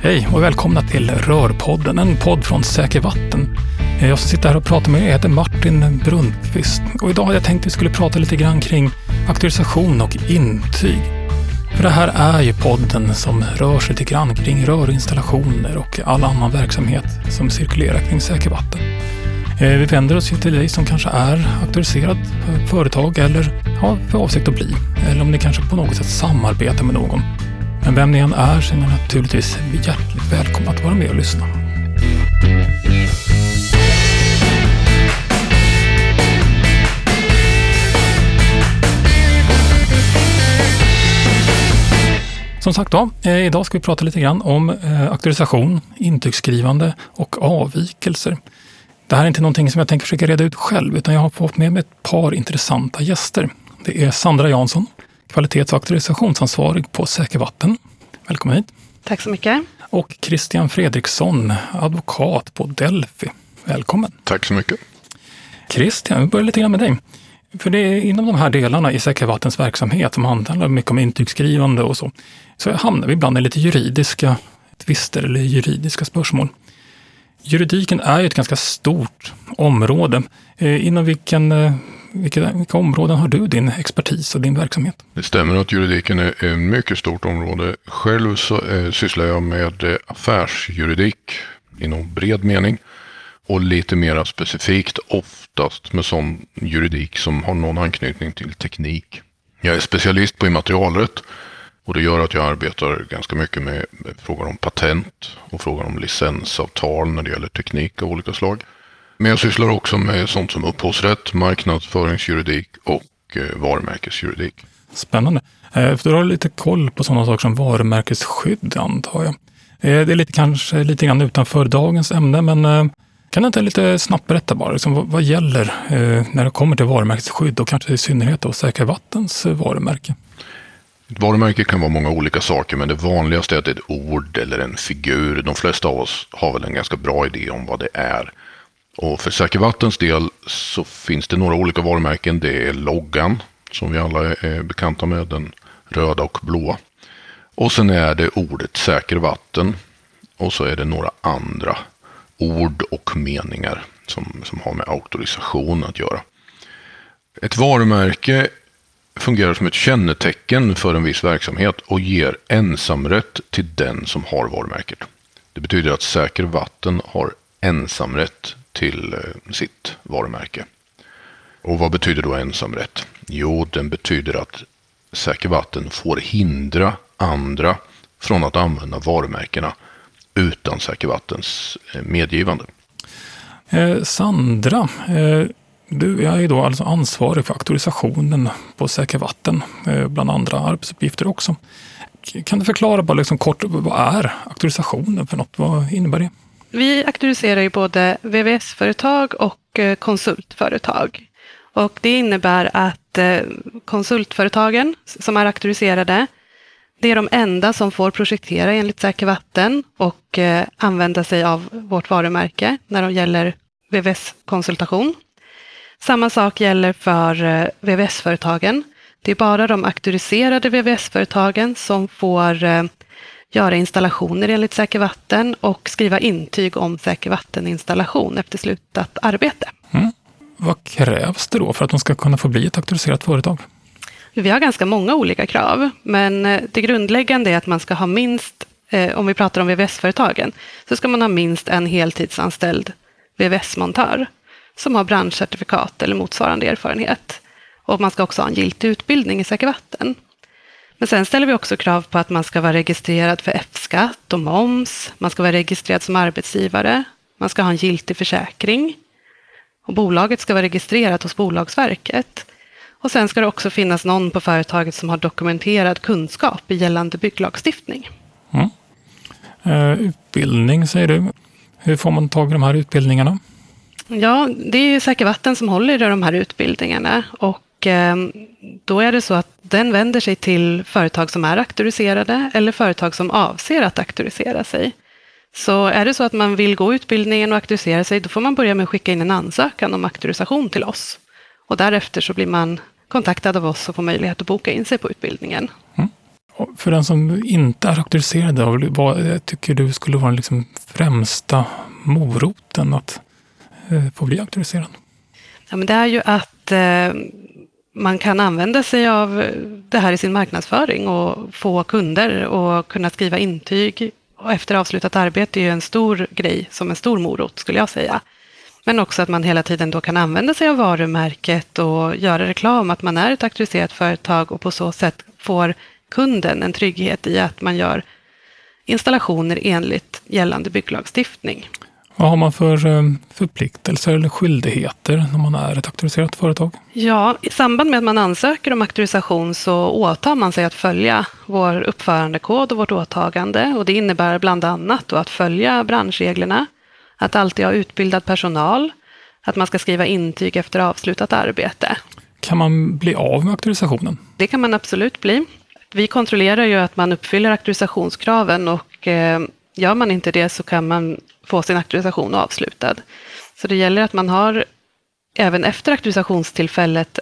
Hej och välkomna till Rörpodden, en podd från Säker Vatten. Jag som sitter här och pratar med er heter Martin Brunnqvist och idag hade jag tänkt att vi skulle prata lite grann kring auktorisation och intyg. För det här är ju podden som rör sig lite grann kring rörinstallationer och all annan verksamhet som cirkulerar kring Säker Vatten. Vi vänder oss till dig som kanske är auktoriserad företag eller har för avsikt att bli. Eller om ni kanske på något sätt samarbetar med någon. Men vem ni än är så är ni naturligtvis hjärtligt välkomna att vara med och lyssna. Som sagt då, idag ska vi prata lite grann om auktorisation, intygsskrivande och avvikelser. Det här är inte någonting som jag tänker försöka reda ut själv utan jag har fått med mig ett par intressanta gäster. Det är Sandra Jansson, kvalitets- och auktorisationsansvarig på Säker Vatten. Välkommen hit. Tack så mycket. Och Christian Fredriksson, advokat på Delphi. Välkommen. Tack så mycket. Christian, vi börjar lite grann med dig. För det är inom de här delarna i Säker Vattens verksamhet som handlar mycket om intygsskrivande och så hamnar vi ibland i lite juridiska tvister eller juridiska spörsmål. Juridiken är ju ett ganska stort område. Inom vilka områden har du din expertis och din verksamhet? Det stämmer att juridiken är ett mycket stort område. Själv så sysslar jag med affärsjuridik inom bred mening och lite mer specifikt oftast med sån juridik som har någon anknytning till teknik. Jag är specialist på immaterialrätt och det gör att jag arbetar ganska mycket med frågor om patent och frågor om licensavtal när det gäller teknik av olika slag. Men jag sysslar också med sånt som upphovsrätt, marknadsföringsjuridik och varumärkesjuridik. Spännande. För du har lite koll på sådana saker som varumärkesskydd antar jag. Det är kanske lite grann utanför dagens ämne men kan du inte lite snabbt berätta bara liksom, vad gäller när det kommer till varumärkesskydd och kanske i synnerhet då Säker Vattens varumärke? Ett varumärke kan vara många olika saker men det vanligaste är att det är ett ord eller en figur. De flesta av oss har väl en ganska bra idé om vad det är. Och för Säker Vattens del så finns det några olika varumärken. Det är loggan som vi alla är bekanta med, den röda och blåa. Och sen är det ordet Säker Vatten och så är det några andra ord och meningar som har med auktorisation att göra. Ett varumärke fungerar som ett kännetecken för en viss verksamhet och ger ensamrätt till den som har varumärket. Det betyder att Säker Vatten har ensamrätt till sitt varumärke. Och vad betyder då ensamrätt? Jo, den betyder att Säker Vatten får hindra andra från att använda varumärkena utan Säker Vattens medgivande. Sandra, du är ju då alltså ansvarig för auktorisationen på Säker Vatten, bland andra arbetsuppgifter också. Kan du förklara bara liksom kort, vad är auktorisationen för något? Vad innebär det? Vi auktoriserar ju både VVS-företag och konsultföretag. Och det innebär att konsultföretagen som är auktoriserade, det är de enda som får projektera enligt Säker Vatten och använda sig av vårt varumärke när det gäller VVS-konsultation. Samma sak gäller för VVS-företagen. Det är bara de auktoriserade VVS-företagen som får göra installationer enligt Säker Vatten och skriva intyg om Säker Vatteninstallation efter slutat arbete. Vad krävs det då för att de ska kunna få bli ett auktoriserat företag? Vi har ganska många olika krav, men det grundläggande är att man ska ha minst, om vi pratar om VVS-företagen, så ska man ha minst en heltidsanställd VVS-montör som har branschcertifikat eller motsvarande erfarenhet. Och man ska också ha en giltig utbildning i Säker Vatten. Men sen ställer vi också krav på att man ska vara registrerad för F-skatt och moms. Man ska vara registrerad som arbetsgivare. Man ska ha en giltig försäkring. Och bolaget ska vara registrerat hos Bolagsverket. Och sen ska det också finnas någon på företaget som har dokumenterad kunskap i gällande bygglagstiftning. Utbildning säger du. Hur får man tag i de här utbildningarna? Ja, det är ju Säker Vatten som håller i de här utbildningarna. Och då är det så att den vänder sig till företag som är auktoriserade eller företag som avser att auktorisera sig. Så är det så att man vill gå utbildningen och auktorisera sig, då får man börja med att skicka in en ansökan om auktorisation till oss. Och därefter så blir man kontaktad av oss och får möjlighet att boka in sig på utbildningen. För den som inte är auktoriserad, vad tycker du skulle vara liksom främsta moroten att få bli auktoriserad? Ja, men det är ju att man kan använda sig av det här i sin marknadsföring och få kunder och kunna skriva intyg. Och efter avslutat arbete är ju en stor grej, som en stor morot skulle jag säga. Men också att man hela tiden då kan använda sig av varumärket och göra reklam att man är ett auktoriserat företag och på så sätt får kunden en trygghet i att man gör installationer enligt gällande bygglagstiftning. Vad har man för förpliktelser eller skyldigheter när man är ett auktoriserat företag? Ja, i samband med att man ansöker om auktorisation så åtar man sig att följa vår uppförandekod och vårt åtagande. Och det innebär bland annat då att följa branschreglerna, att alltid ha utbildad personal, att man ska skriva intyg efter avslutat arbete. Kan man bli av med auktorisationen? Det kan man absolut bli. Vi kontrollerar ju att man uppfyller auktorisationskraven och gör man inte det så kan man få sin auktorisation avslutad. Så det gäller att man har även efter auktorisationstillfället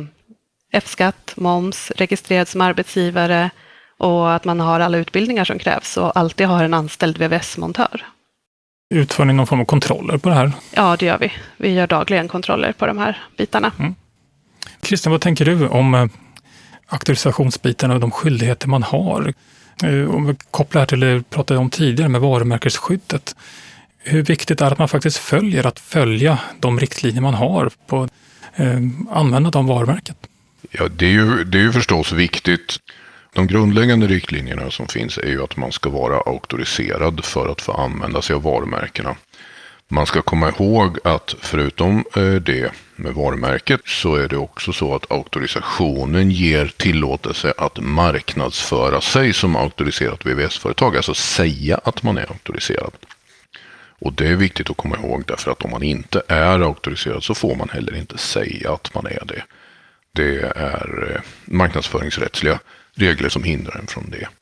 F-skatt, moms, registrerad som arbetsgivare och att man har alla utbildningar som krävs och alltid har en anställd VVS-montör. Utför ni någon form av kontroller på det här? Ja, det gör vi. Vi gör dagligen kontroller på de här bitarna. Christian, vad tänker du om auktorisationsbitarna och de skyldigheter man har? Om vi kopplar till det vi pratade om tidigare med varumärkesskyddet. Hur viktigt är det att man faktiskt följa de riktlinjer man har på användandet av varumärket? Ja, det är ju förstås viktigt. De grundläggande riktlinjerna som finns är ju att man ska vara auktoriserad för att få använda sig av varumärkena. Man ska komma ihåg att förutom det med varumärket så är det också så att auktorisationen ger tillåtelse att marknadsföra sig som auktoriserat VVS-företag, alltså säga att man är auktoriserad. Och det är viktigt att komma ihåg därför att om man inte är auktoriserad så får man heller inte säga att man är det. Det är marknadsföringsrättsliga regler som hindrar en från det.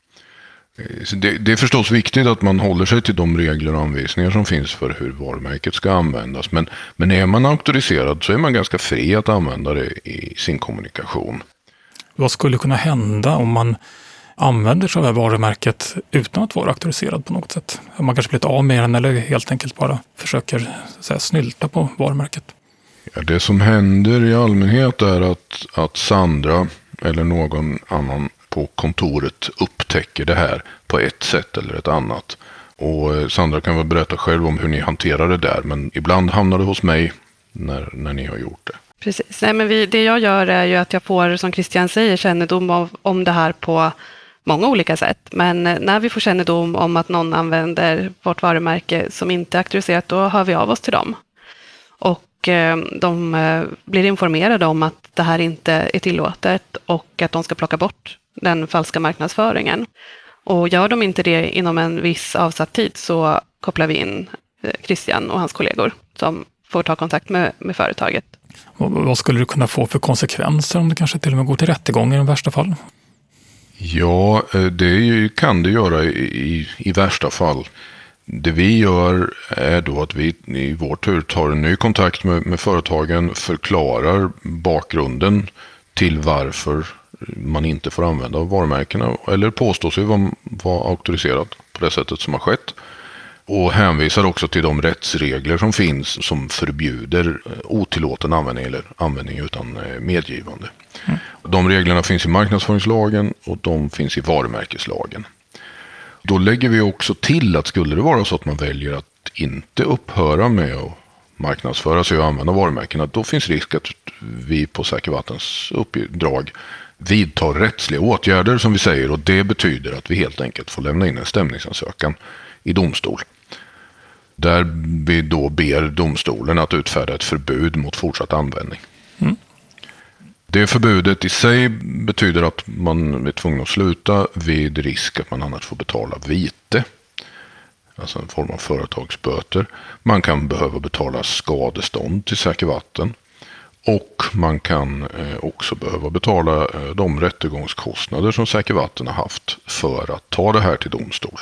Så det är förstås viktigt att man håller sig till de regler och anvisningar som finns för hur varumärket ska användas. Men är man auktoriserad så är man ganska fri att använda det i sin kommunikation. Vad skulle kunna hända om man använder sig av varumärket utan att vara auktoriserad på något sätt? Man kanske blir av med den eller helt enkelt bara försöker snylta på varumärket. Ja, det som händer i allmänhet är att Sandra eller någon annan på kontoret upptäcker det här på ett sätt eller ett annat. Och Sandra kan väl berätta själv om hur ni hanterar det där, men ibland hamnar det hos mig när ni har gjort det. Precis. Nej, men det jag gör är ju att jag får, som Christian säger, kännedom om det här på många olika sätt. Men när vi får kännedom om att någon använder vårt varumärke som inte är auktoriserat, då hör vi av oss till dem. Och de blir informerade om att det här inte är tillåtet och att de ska plocka bort den falska marknadsföringen. Och gör de inte det inom en viss avsatt tid så kopplar vi in Christian och hans kollegor som får ta kontakt med företaget. Och vad skulle det kunna få för konsekvenser om det kanske till och med går till rättegång i de värsta fall? Ja, det kan det göra i värsta fall. Det vi gör är då att vi i vår tur tar en ny kontakt med företagen, förklarar bakgrunden till varför man inte får använda varumärkena eller påstå sig vara auktoriserad på det sättet som har skett. Och hänvisar också till de rättsregler som finns som förbjuder otillåten användning eller användning utan medgivande. De reglerna finns i marknadsföringslagen och de finns i varumärkeslagen. Då lägger vi också till att skulle det vara så att man väljer att inte upphöra med att marknadsföra sig och använda varumärkena, då finns risk att vi på Säker Vattens uppdrag vidtar rättsliga åtgärder som vi säger, och det betyder att vi helt enkelt får lämna in en stämningsansökan i domstol. Där vi då ber domstolen att utfärda ett förbud mot fortsatt användning. Det förbudet i sig betyder att man är tvungen att sluta vid risk att man annars får betala vite. Alltså en form av företagsböter. Man kan behöva betala skadestånd till Säker Vatten. Och man kan också behöva betala de rättegångskostnader som Säker Vatten har haft för att ta det här till domstol.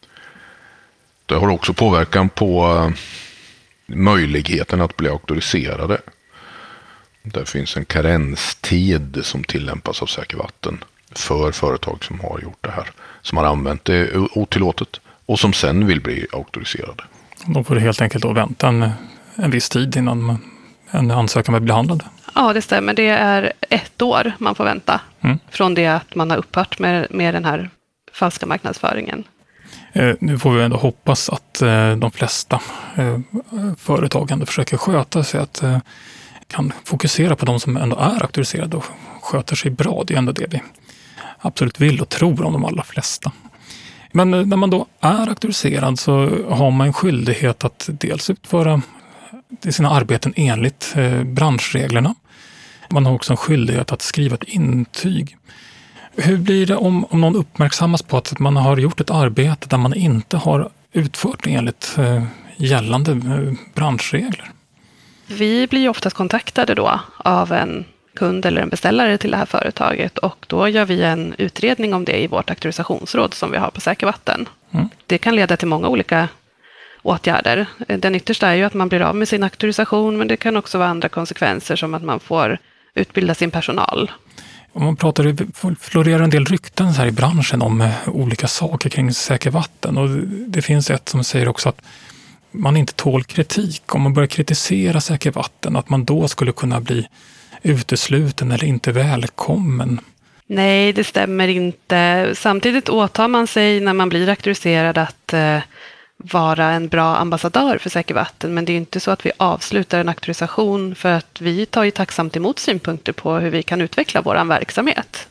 Det har också påverkan på möjligheten att bli auktoriserade. Där finns en karenstid som tillämpas av Säker Vatten för företag som har gjort det här, som har använt det otillåtet och som sen vill bli auktoriserade. Då får du helt enkelt då vänta en viss tid innan en ansökan blir behandlad. Ja, det stämmer. Det är 1 år man får vänta från det att man har upphört med den här falska marknadsföringen. Nu får vi ändå hoppas att de flesta företag ändå försöker sköta sig, att kan fokusera på de som ändå är auktoriserade och sköter sig bra. Det är ändå det vi absolut vill och tror om de allra flesta. Men när man då är auktoriserad så har man en skyldighet att dels utföra sina arbeten enligt branschreglerna. Man har också en skyldighet att skriva ett intyg. Hur blir det om någon uppmärksammas på att man har gjort ett arbete där man inte har utfört enligt gällande branschregler? Vi blir ju oftast kontaktade då av en kund eller en beställare till det här företaget och då gör vi en utredning om det i vårt auktorisationsråd som vi har på Säker Vatten. Det kan leda till många olika åtgärder. Den yttersta är ju att man blir av med sin auktorisation, men det kan också vara andra konsekvenser som att man får utbilda sin personal. Om man pratar, florerar en del rykten så här i branschen om olika saker kring Säker Vatten, och det finns ett som säger också att man inte tål kritik. Om man börjar kritisera Säker Vatten, att man då skulle kunna bli utesluten eller inte välkommen. Nej, det stämmer inte. Samtidigt åtar man sig när man blir auktoriserad att vara en bra ambassadör för Säker Vatten, men det är inte så att vi avslutar en auktorisation, för att vi tar ju tacksamt emot synpunkter på hur vi kan utveckla vår verksamhet.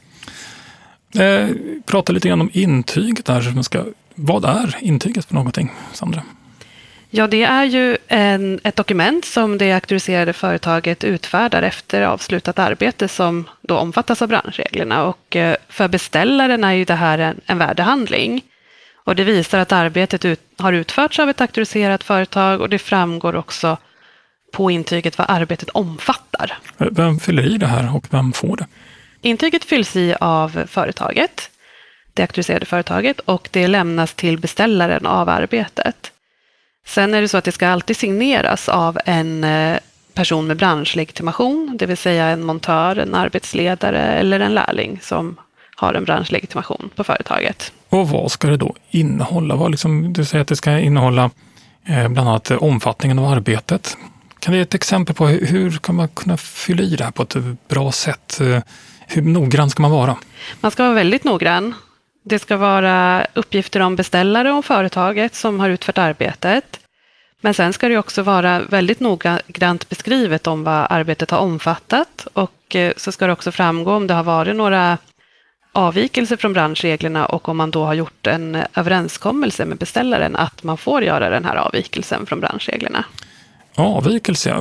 Prata lite grann om intyget där. Vad är intyget för någonting, Sandra? Ja, det är ju ett dokument som det auktoriserade företaget utfärdar efter avslutat arbete som då omfattas av branschreglerna, och för beställaren är ju det här en värdehandling. Och det visar att arbetet har utförts av ett auktoriserat företag, och det framgår också på intyget vad arbetet omfattar. Vem fyller i det här och vem får det? Intyget fylls i av företaget, det auktoriserade företaget, och det lämnas till beställaren av arbetet. Sen är det så att det ska alltid signeras av en person med branschlegitimation, det vill säga en montör, en arbetsledare eller en lärling som har en branschlegitimation på företaget. Och vad ska det då innehålla? Du säger att det ska innehålla bland annat omfattningen av arbetet. Kan du ge ett exempel på hur kan man kunna fylla i det här på ett bra sätt? Hur noggrann ska man vara? Man ska vara väldigt noggrann. Det ska vara uppgifter om beställare och företaget som har utfört arbetet. Men sen ska det också vara väldigt noggrant beskrivet om vad arbetet har omfattat, och så ska det också framgå om det har varit några avvikelser från branschreglerna och om man då har gjort en överenskommelse med beställaren att man får göra den här avvikelsen från branschreglerna. Avvikelse?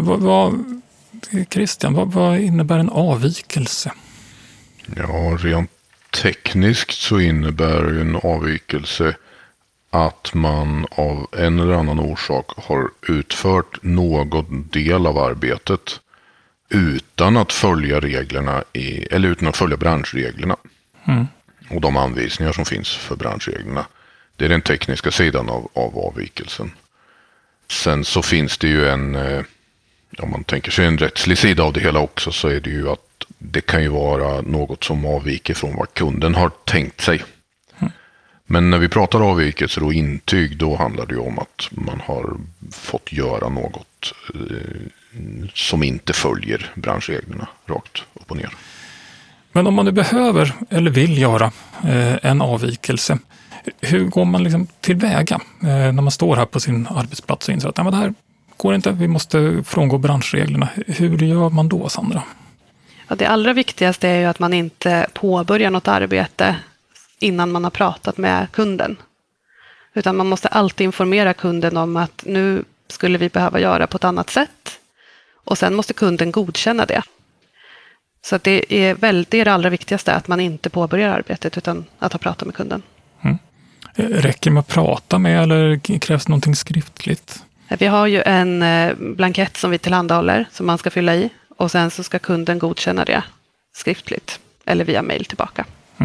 Christian, vad innebär en avvikelse? Ja, rent tekniskt så innebär en avvikelse att man av en eller annan orsak har utfört någon del av arbetet utan att följa reglerna eller utan att följa branschreglerna. Och de anvisningar som finns för branschreglerna. Det är den tekniska sidan av avvikelsen. Sen så finns det ju om man tänker sig en rättslig sida av det hela också, så är det ju att det kan ju vara något som avviker från vad kunden har tänkt sig. Men när vi pratar avvikelser och intyg, då handlar det ju om att man har fått göra något som inte följer branschreglerna rakt upp och ner. Men om man nu behöver eller vill göra en avvikelse, hur går man tillväga när man står här på sin arbetsplats och inser att det här går inte, vi måste frångå branschreglerna. Hur gör man då, Sandra? Ja, det allra viktigaste är ju att man inte påbörjar något arbete innan man har pratat med kunden. Utan man måste alltid informera kunden om att nu skulle vi behöva göra på ett annat sätt. Och sen måste kunden godkänna det. Så att det är det allra viktigaste, att man inte påbörjar arbetet utan att ha pratat med kunden. Räcker det med att prata med, eller krävs någonting skriftligt? Vi har ju en blankett som vi tillhandahåller som man ska fylla i, och sen så ska kunden godkänna det skriftligt eller via mejl tillbaka.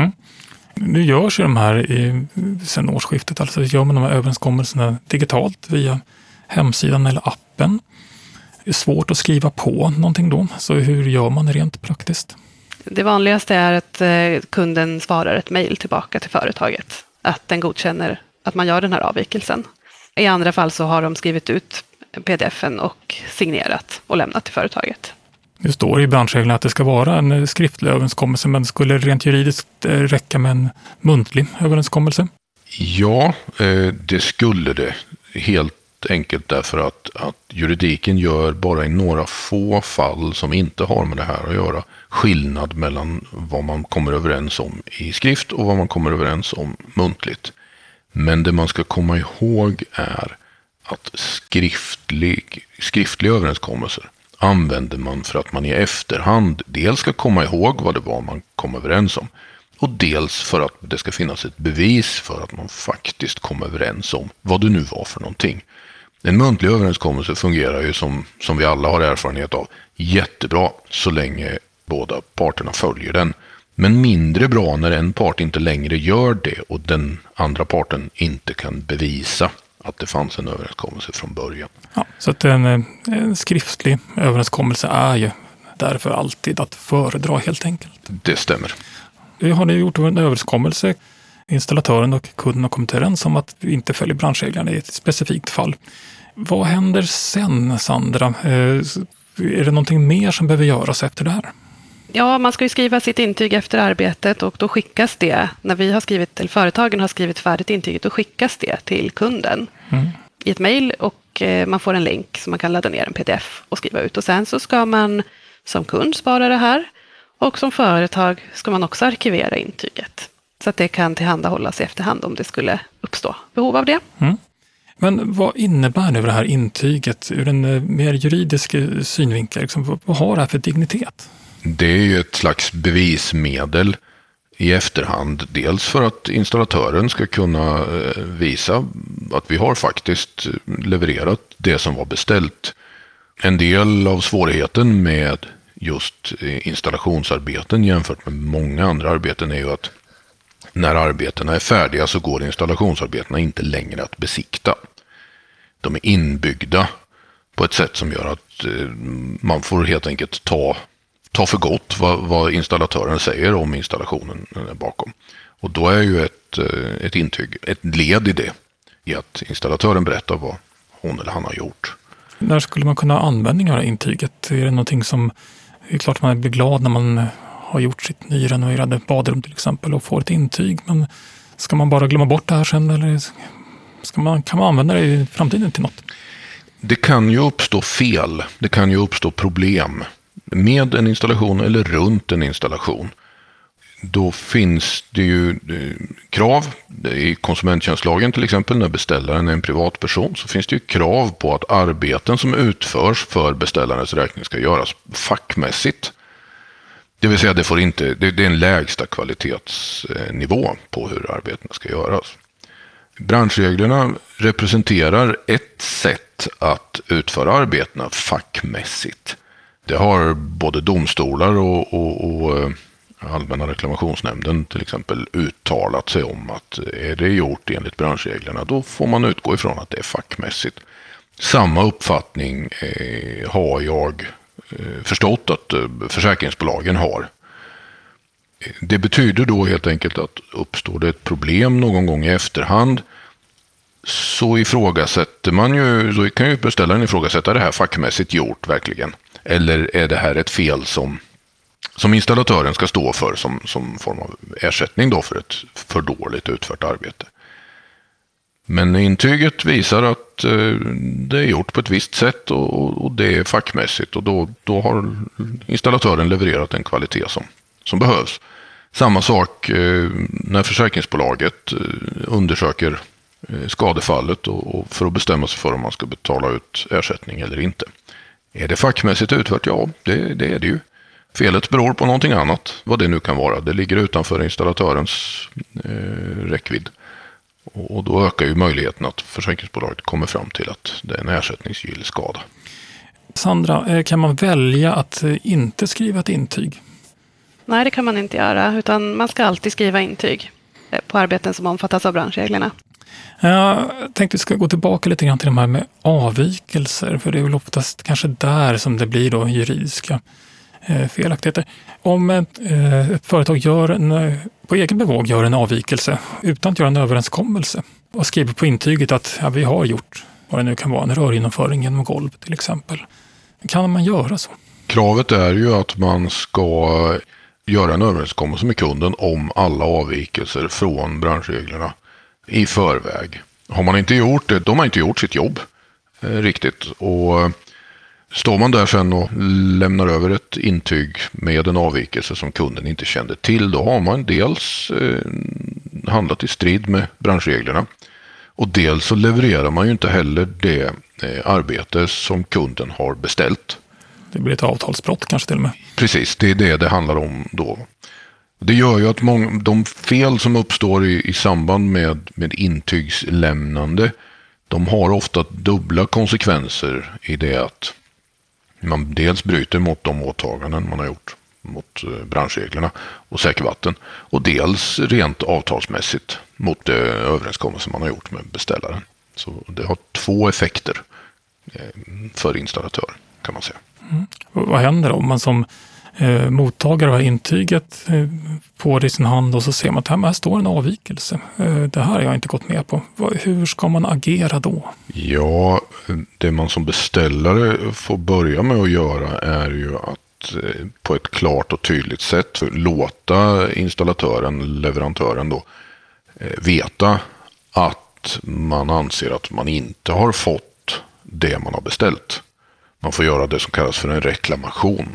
Nu görs ju de här sedan årsskiftet, alltså gör man de här överenskommelserna digitalt via hemsidan eller appen. Det är svårt att skriva på någonting då, så hur gör man rent praktiskt? Det vanligaste är att kunden svarar ett mejl tillbaka till företaget. Att den godkänner att man gör den här avvikelsen. I andra fall så har de skrivit ut pdf-en och signerat och lämnat till företaget. Det står i branschreglerna att det ska vara en skriftlig överenskommelse, men skulle rent juridiskt räcka med en muntlig överenskommelse? Ja, det skulle det. Helt enkelt därför att juridiken gör bara i några få fall som inte har med det här att göra skillnad mellan vad man kommer överens om i skrift och vad man kommer överens om muntligt. Men det man ska komma ihåg är att skriftliga överenskommelser använder man för att man i efterhand dels ska komma ihåg vad det var man kom överens om och dels för att det ska finnas ett bevis för att man faktiskt kom överens om vad det nu var för någonting. En muntlig överenskommelse fungerar ju som vi alla har erfarenhet av jättebra så länge båda parterna följer den. Men mindre bra när en part inte längre gör det och den andra parten inte kan bevisa att det fanns en överenskommelse från början. Ja, så att en skriftlig överenskommelse är ju därför alltid att föredra helt enkelt. Det stämmer. Har ni gjort en överenskommelse, installatören och kunden har kommit överens om att vi inte följer branschreglerna i ett specifikt fall. Vad händer sen, Sandra? Är det någonting mer som behöver göras efter det här? Ja, man ska ju skriva sitt intyg efter arbetet och då skickas det, när vi har skrivit, eller företagen har skrivit färdigt intyget, då skickas det till kunden i ett mejl och man får en länk som man kan ladda ner en pdf och skriva ut. Och sen så ska man som kund spara det här och som företag ska man också arkivera intyget. Så att det kan tillhandahållas i efterhand om det skulle uppstå behov av det. Mm. Men vad innebär nu det här intyget ur en mer juridisk synvinkel? Liksom, vad har det här för dignitet? Det är ju ett slags bevismedel i efterhand. Dels för att installatören ska kunna visa att vi har faktiskt levererat det som var beställt. En del av svårigheten med just installationsarbeten jämfört med många andra arbeten är ju att när arbetena är färdiga så går installationsarbetena inte längre att besikta. De är inbyggda på ett sätt som gör att man får helt enkelt ta för gott vad installatören säger om installationen bakom. Och då är ju ett intyg ett led i det, i att installatören berättar vad hon eller han har gjort. När skulle man kunna ha användning av det här intyget? Är det någonting som, det är klart man blir glad när man har gjort sitt nyrenoverade badrum till exempel och får ett intyg, men ska man bara glömma bort det här sen eller kan man använda det i framtiden till något? Det kan ju uppstå fel, det kan ju uppstå problem med en installation eller runt en installation. Då finns det ju krav, i konsumenttjänstlagen till exempel, när beställaren är en privatperson så finns det ju krav på att arbeten som utförs för beställarens räkning ska göras fackmässigt. Det vill säga det är en lägsta kvalitetsnivå på hur arbetena ska göras. Branschreglerna representerar ett sätt att utföra arbetena fackmässigt. Det har både domstolar och Allmänna reklamationsnämnden till exempel uttalat sig om att är det gjort enligt branschreglerna då får man utgå ifrån att det är fackmässigt. Samma uppfattning har jag förstått att försäkringsbolagen har. Det betyder då helt enkelt att uppstår det ett problem någon gång i efterhand så ifrågasätter man ju, så kan ju beställaren ifrågasätta, är det här fackmässigt gjort verkligen? Eller är det här ett fel som installatören ska stå för som form av ersättning då för ett för dåligt utfört arbete? Men intyget visar att det är gjort på ett visst sätt och det är fackmässigt och då har installatören levererat en kvalitet som behövs. Samma sak när försäkringsbolaget undersöker skadefallet och för att bestämma sig för om man ska betala ut ersättning eller inte. Är det fackmässigt utfört? Ja, det är det ju. Felet beror på någonting annat, vad det nu kan vara. Det ligger utanför installatörens räckvidd. Och då ökar ju möjligheten att försäkringsbolaget kommer fram till att det är en ersättningsgill skada. Sandra, kan man välja att inte skriva ett intyg? Nej, det kan man inte göra, utan man ska alltid skriva intyg på arbeten som omfattas av branschreglerna. Jag tänkte att vi ska gå tillbaka lite grann till de här med avvikelser, för det är väl oftast kanske där som det blir då juridiska felaktigheter. Om ett företag på egen bevåg gör en avvikelse utan att göra en överenskommelse och skriver på intyget att vi har gjort vad det nu kan vara, en rörgenomföring genom golv till exempel. Kan man göra så? Kravet är ju att man ska göra en överenskommelse med kunden om alla avvikelser från branschreglerna i förväg. Har man inte gjort det, de har inte gjort sitt jobb riktigt. Och står man där sen och lämnar över ett intyg med en avvikelse som kunden inte kände till, då har man dels handlat i strid med branschreglerna. Och dels så levererar man ju inte heller det arbete som kunden har beställt. Det blir ett avtalsbrott kanske till och med. Precis, det är det handlar om då. Det gör ju att de fel som uppstår i samband med intygslämnande, de har ofta dubbla konsekvenser i det att man dels bryter mot de åtaganden man har gjort mot branschreglerna och Säker Vatten, och dels rent avtalsmässigt mot det överenskommelse man har gjort med beställaren. Så det har två effekter för installatören, kan man säga. Vad händer om man som mottagare av intyget får det i sin hand och så ser man att här står en avvikelse. Det här har jag inte gått med på. Hur ska man agera då? Ja, det man som beställare får börja med att göra är ju att på ett klart och tydligt sätt låta installatören, leverantören då, veta att man anser att man inte har fått det man har beställt. Man får göra det som kallas för en reklamation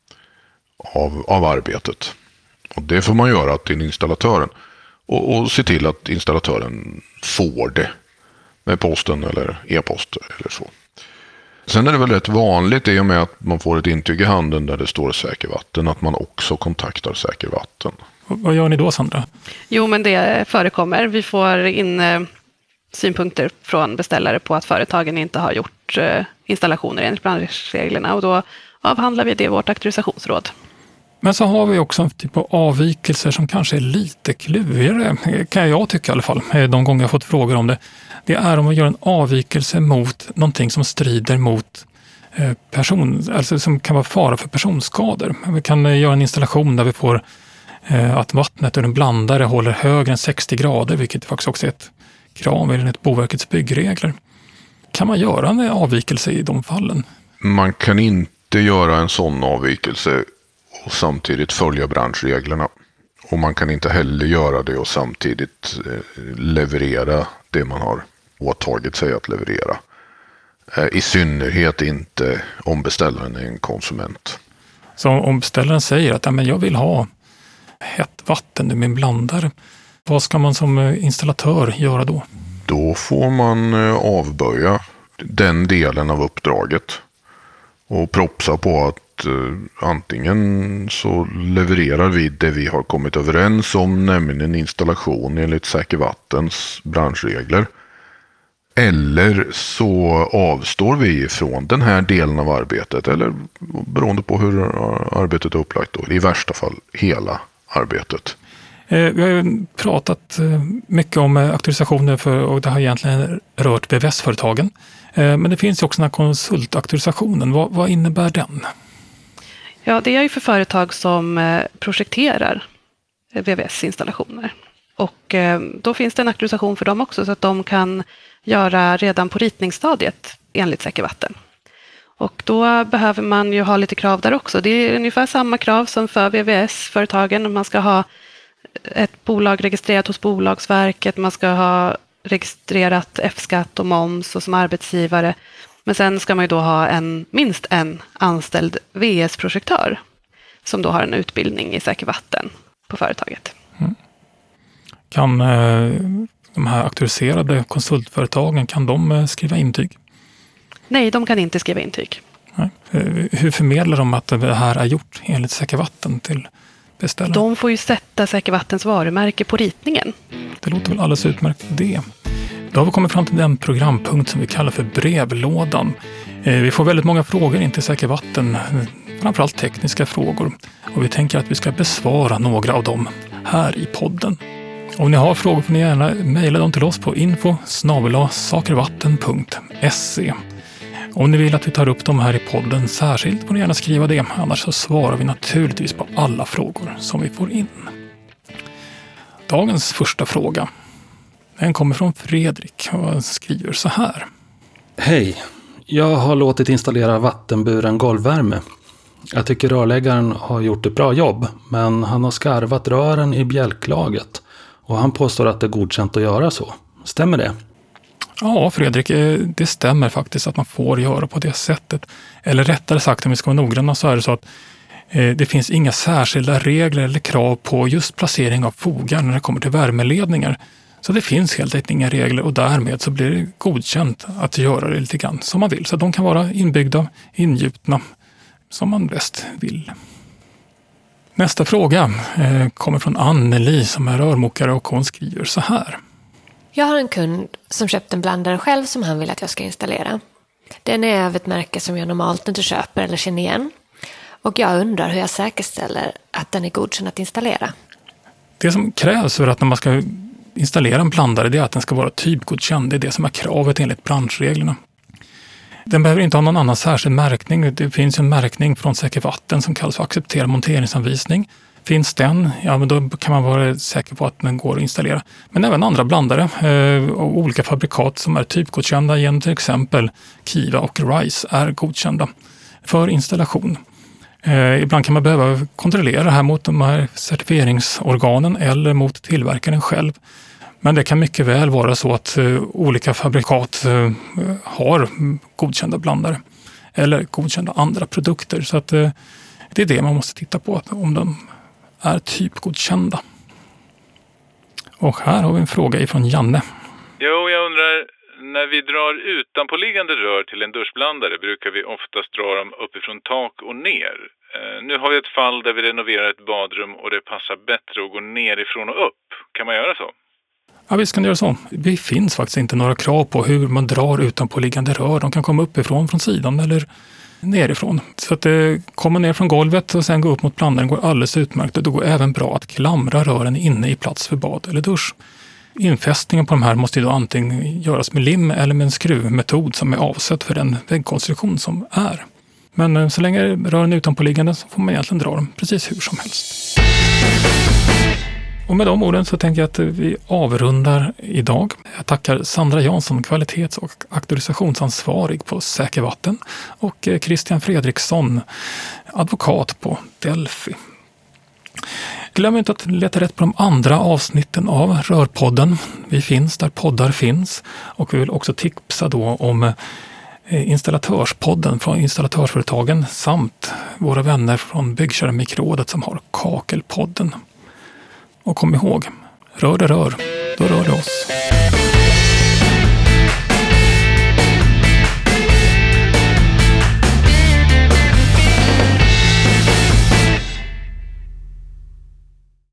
av arbetet. Och det får man göra till installatören. Och se till att installatören får det med posten eller e-post eller så. Sen är det väl rätt vanligt i och med att man får ett intyg i handen där det står Säker Vatten att man också kontaktar Säker Vatten. Vad gör ni då, Sandra? Jo, men det förekommer. Vi får in synpunkter från beställare på att företagen inte har gjort installationer enligt branschreglerna, och då avhandlar vi det i vårt auktorisationsråd. Men så har vi också en typ av avvikelser som kanske är lite klurigare, kan jag tycka i alla fall, de gånger jag fått frågor om det. Det är om man gör en avvikelse mot någonting som strider mot alltså som kan vara fara för personskador. Vi kan göra en installation där vi får att vattnet ur en blandare håller högre än 60 grader, vilket faktiskt också är ett krav enligt Boverkets byggregler. Kan man göra en avvikelse i de fallen? Man kan inte göra en sån avvikelse och samtidigt följa branschreglerna. Och man kan inte heller göra det och samtidigt leverera det man har åtagit sig att leverera. I synnerhet inte om beställaren är en konsument. Så om beställaren säger att jag vill ha hett vatten i min blandare, vad ska man som installatör göra då? Då får man avböja den delen av uppdraget och propsa på att antingen så levererar vi det vi har kommit överens om, nämligen en installation enligt Säker Vattens branschregler, eller så avstår vi från den här delen av arbetet, eller beroende på hur arbetet är upplagt då, i värsta fall hela arbetet. Vi har ju pratat mycket om auktorisationer och det har egentligen rört VVS-företagen. Men det finns ju också den här konsultauktorisationen. Vad innebär den? Ja, det är ju för företag som projekterar VVS-installationer. Och då finns det en auktorisation för dem också, så att de kan göra redan på ritningsstadiet enligt Säker Vatten. Och då behöver man ju ha lite krav där också. Det är ungefär samma krav som för VVS-företagen. Man ska ha ett bolag registrerat hos Bolagsverket, man ska ha registrerat F-skatt och moms och som arbetsgivare. Men sen ska man ju då ha minst en anställd VS-projektör som då har en utbildning i Säker Vatten på företaget. Mm. Kan de här auktoriserade konsultföretagen, kan de skriva intyg? Nej, de kan inte skriva intyg. Nej. Hur förmedlar de att det här är gjort enligt Säker Vatten till beställaren? De får ju sätta Säker Vattens varumärke på ritningen. Det låter väl alldeles utmärkt det. Då har vi kommit fram till den programpunkt som vi kallar för brevlådan. Vi får väldigt många frågor in till Säker Vatten, framförallt tekniska frågor. Och vi tänker att vi ska besvara några av dem här i podden. Om ni har frågor får ni gärna mejla dem till oss på info@sakervatten.se. Om ni vill att vi tar upp dem här i podden särskilt får ni gärna skriva det. Annars så svarar vi naturligtvis på alla frågor som vi får in. Dagens första fråga. Den kommer från Fredrik och skriver så här. Hej, jag har låtit installera vattenburen golvvärme. Jag tycker rörläggaren har gjort ett bra jobb, men han har skarvat rören i bjälklaget och han påstår att det är godkänt att göra så. Stämmer det? Ja, Fredrik, det stämmer faktiskt att man får göra på det sättet. Eller rättare sagt, om vi ska vara noggranna, så är det så att det finns inga särskilda regler eller krav på just placering av fogar när det kommer till värmeledningar. Så det finns helt enkelt inga regler och därmed så blir det godkänt att göra det lite grann som man vill. Så de kan vara inbyggda, ingjutna som man bäst vill. Nästa fråga kommer från Anneli som är rörmokare och hon skriver så här. Jag har en kund som köpt en blandare själv som han vill att jag ska installera. Den är av ett märke som jag normalt inte köper eller känner igen. Och jag undrar hur jag säkerställer att den är godkänd att installera. Det som krävs för att när man ska installera en blandare det är att den ska vara typgodkänd. Det är det som är kravet enligt branschreglerna. Den behöver inte ha någon annan särskild märkning. Det finns en märkning från Säker Vatten som kallas för accepterad monteringsanvisning. Finns den, ja men då kan man vara säker på att den går att installera. Men även andra blandare och olika fabrikat som är typgodkända genom till exempel Kiva och Rise är godkända för installation. Ibland kan man behöva kontrollera det här mot de här certifieringsorganen eller mot tillverkaren själv. Men det kan mycket väl vara så att olika fabrikat har godkända blandare eller godkända andra produkter. Så att det är det man måste titta på, om de är typgodkända. Och här har vi en fråga ifrån Janne. Jo, jag undrar, när vi drar utanpåliggande rör till en duschblandare brukar vi oftast dra dem uppifrån tak och ner. Nu har vi ett fall där vi renoverar ett badrum och det passar bättre att gå nerifrån och upp. Kan man göra så? Ja, visst kan det göra så. Det finns faktiskt inte några krav på hur man drar utanpåliggande rör. De kan komma uppifrån, från sidan eller nerifrån. Så att det kommer ner från golvet och sen gå upp mot blandaren går alldeles utmärkt. Och det går även bra att klamra rören inne i plats för bad eller dusch. Infästningen på de här måste ju då antingen göras med lim eller med en skruvmetod som är avsedd för den väggkonstruktion som är. Men så länge rören är utanpåliggande så får man egentligen dra dem precis hur som helst. Och med de orden så tänker jag att vi avrundar idag. Jag tackar Sandra Jansson, kvalitets- och auktorisationsansvarig på Säker Vatten och Christian Fredriksson, advokat på Delphi. Glöm inte att leta rätt på de andra avsnitten av Rörpodden. Vi finns där poddar finns och vi vill också tipsa då om Installatörspodden från installatörsföretagen samt våra vänner från Byggkeramikrådet som har Kakelpodden. Och kom ihåg, rör det rör, då rör det oss.